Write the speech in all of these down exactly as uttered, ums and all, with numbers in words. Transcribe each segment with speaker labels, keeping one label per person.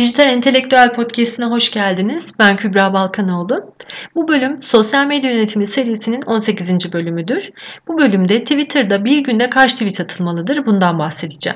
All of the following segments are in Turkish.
Speaker 1: Dijital Entelektüel Podcast'ine hoş geldiniz. Ben Kübra Balkanoğlu. Bu bölüm Sosyal Medya Yönetimi serisinin on sekizinci bölümüdür. Bu bölümde Twitter'da bir günde kaç tweet atılmalıdır bundan bahsedeceğim.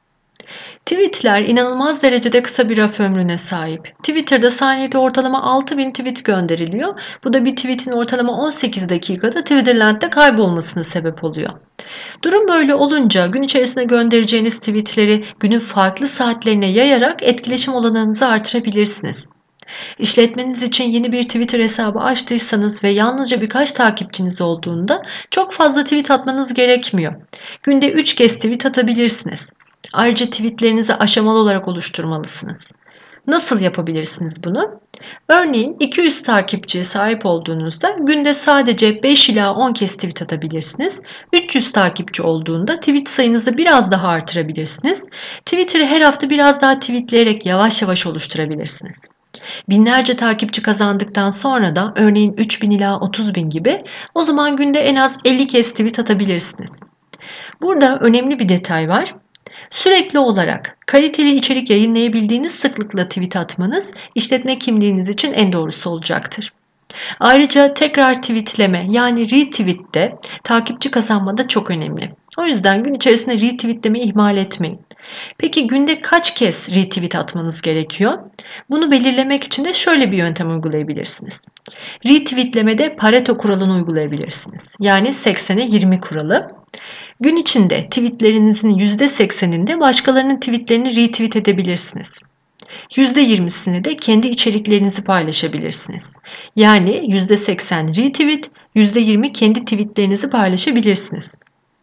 Speaker 1: Tweetler inanılmaz derecede kısa bir raf ömrüne sahip. Twitter'da saniyede ortalama altı bin tweet gönderiliyor. Bu da bir tweetin ortalama on sekiz dakikada Twitterland'de kaybolmasına sebep oluyor. Durum böyle olunca gün içerisinde göndereceğiniz tweetleri günün farklı saatlerine yayarak etkileşim olanağınızı artırabilirsiniz. İşletmeniz için yeni bir Twitter hesabı açtıysanız ve yalnızca birkaç takipçiniz olduğunda çok fazla tweet atmanız gerekmiyor. Günde üç kez tweet atabilirsiniz. Ayrıca tweetlerinizi aşamalı olarak oluşturmalısınız. Nasıl yapabilirsiniz bunu? Örneğin iki yüz takipçiye sahip olduğunuzda günde sadece beş ila on kez tweet atabilirsiniz. üç yüz takipçi olduğunda tweet sayınızı biraz daha artırabilirsiniz. Twitter'ı her hafta biraz daha tweetleyerek yavaş yavaş oluşturabilirsiniz. Binlerce takipçi kazandıktan sonra da örneğin üç bin ila otuz bin gibi o zaman günde en az elli kez tweet atabilirsiniz. Burada önemli bir detay var. Sürekli olarak kaliteli içerik yayınlayabildiğiniz sıklıkla tweet atmanız işletme kimliğiniz için en doğrusu olacaktır. Ayrıca tekrar tweetleme yani retweet de takipçi kazanmada çok önemli. O yüzden gün içerisinde retweetlemeyi ihmal etmeyin. Peki günde kaç kez retweet atmanız gerekiyor? Bunu belirlemek için de şöyle bir yöntem uygulayabilirsiniz. Retweetlemede Pareto kuralını uygulayabilirsiniz. Yani seksene yirmi kuralı. Gün içinde tweetlerinizin yüzde sekseninde başkalarının tweetlerini retweet edebilirsiniz. yüzde yirmisini de kendi içeriklerinizi paylaşabilirsiniz. Yani yüzde seksen retweet, yüzde yirmi kendi tweetlerinizi paylaşabilirsiniz.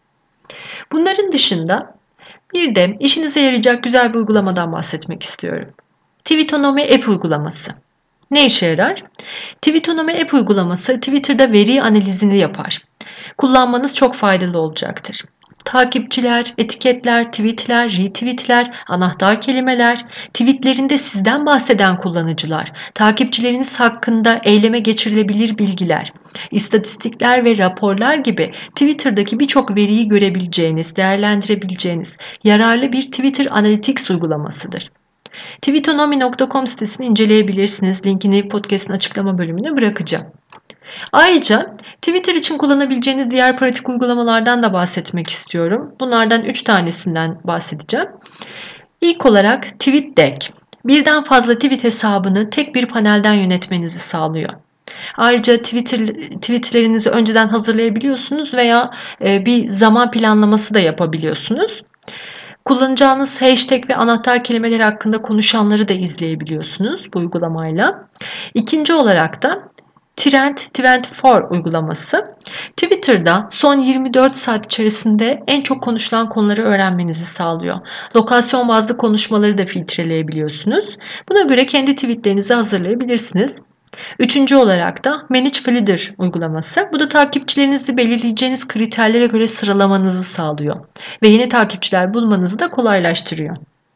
Speaker 1: Bunların dışında bir de işinize yarayacak güzel bir uygulamadan bahsetmek istiyorum. Tweetonomy App uygulaması. Ne işe yarar? Tweetonomy App uygulaması Twitter'da veri analizini yapar. Kullanmanız çok faydalı olacaktır. Takipçiler, etiketler, tweetler, retweetler, anahtar kelimeler, tweetlerinde sizden bahseden kullanıcılar, takipçileriniz hakkında eyleme geçirilebilir bilgiler, istatistikler ve raporlar gibi Twitter'daki birçok veriyi görebileceğiniz, değerlendirebileceğiniz yararlı bir Twitter Analytics uygulamasıdır. tweetonomy nokta com sitesini inceleyebilirsiniz. Linkini podcast'ın açıklama bölümüne bırakacağım. Ayrıca Twitter için kullanabileceğiniz diğer pratik uygulamalardan da bahsetmek istiyorum. Bunlardan üç tanesinden bahsedeceğim. İlk olarak TweetDeck. Birden fazla tweet hesabını tek bir panelden yönetmenizi sağlıyor. Ayrıca Twitter, tweetlerinizi önceden hazırlayabiliyorsunuz veya bir zaman planlaması da yapabiliyorsunuz. Kullanacağınız hashtag ve anahtar kelimeler hakkında konuşanları da izleyebiliyorsunuz bu uygulamayla. İkinci olarak da Trend yirmi dört uygulaması. Twitter'da son yirmi dört saat içerisinde en çok konuşulan konuları öğrenmenizi sağlıyor. Lokasyon bazlı konuşmaları da filtreleyebiliyorsunuz. Buna göre kendi tweetlerinizi hazırlayabilirsiniz. Üçüncü olarak da Manage Flitter uygulaması. Bu da takipçilerinizi belirleyeceğiniz kriterlere göre sıralamanızı sağlıyor. Ve yeni takipçiler bulmanızı da kolaylaştırıyor.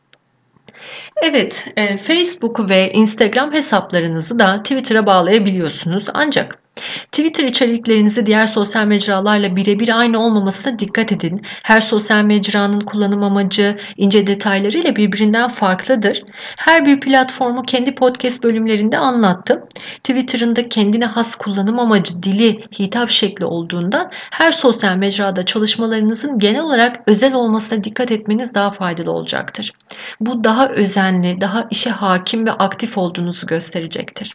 Speaker 1: Evet, e, Facebook ve Instagram hesaplarınızı da Twitter'a bağlayabiliyorsunuz. Ancak Twitter içeriklerinizi diğer sosyal mecralarla birebir aynı olmamasına dikkat edin. Her sosyal mecranın kullanım amacı, ince detaylarıyla birbirinden farklıdır. Her bir platformu kendi podcast bölümlerinde anlattım. Twitter'ın da kendine has kullanım amacı, dili, hitap şekli olduğundan her sosyal mecrada çalışmalarınızın genel olarak özel olmasına dikkat etmeniz daha faydalı olacaktır. Bu daha özenli, daha işe hakim ve aktif olduğunuzu gösterecektir.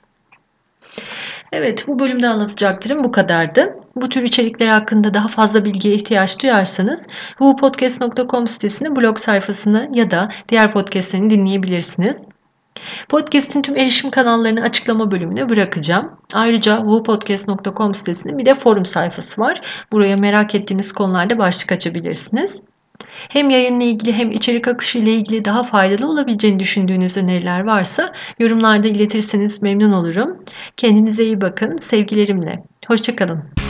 Speaker 1: Evet, bu bölümde anlatacaklarım bu kadardı. Bu tür içerikler hakkında daha fazla bilgiye ihtiyaç duyarsanız hu podcast nokta com sitesinde blog sayfasını ya da diğer podcastlerini dinleyebilirsiniz. Podcast'in tüm erişim kanallarını açıklama bölümüne bırakacağım. Ayrıca hu podcast nokta com sitesinin bir de forum sayfası var. Buraya merak ettiğiniz konularda başlık açabilirsiniz. Hem yayınla ilgili hem içerik akışı ile ilgili daha faydalı olabileceğini düşündüğünüz öneriler varsa yorumlarda iletirseniz memnun olurum. Kendinize iyi bakın. Sevgilerimle. Hoşça kalın.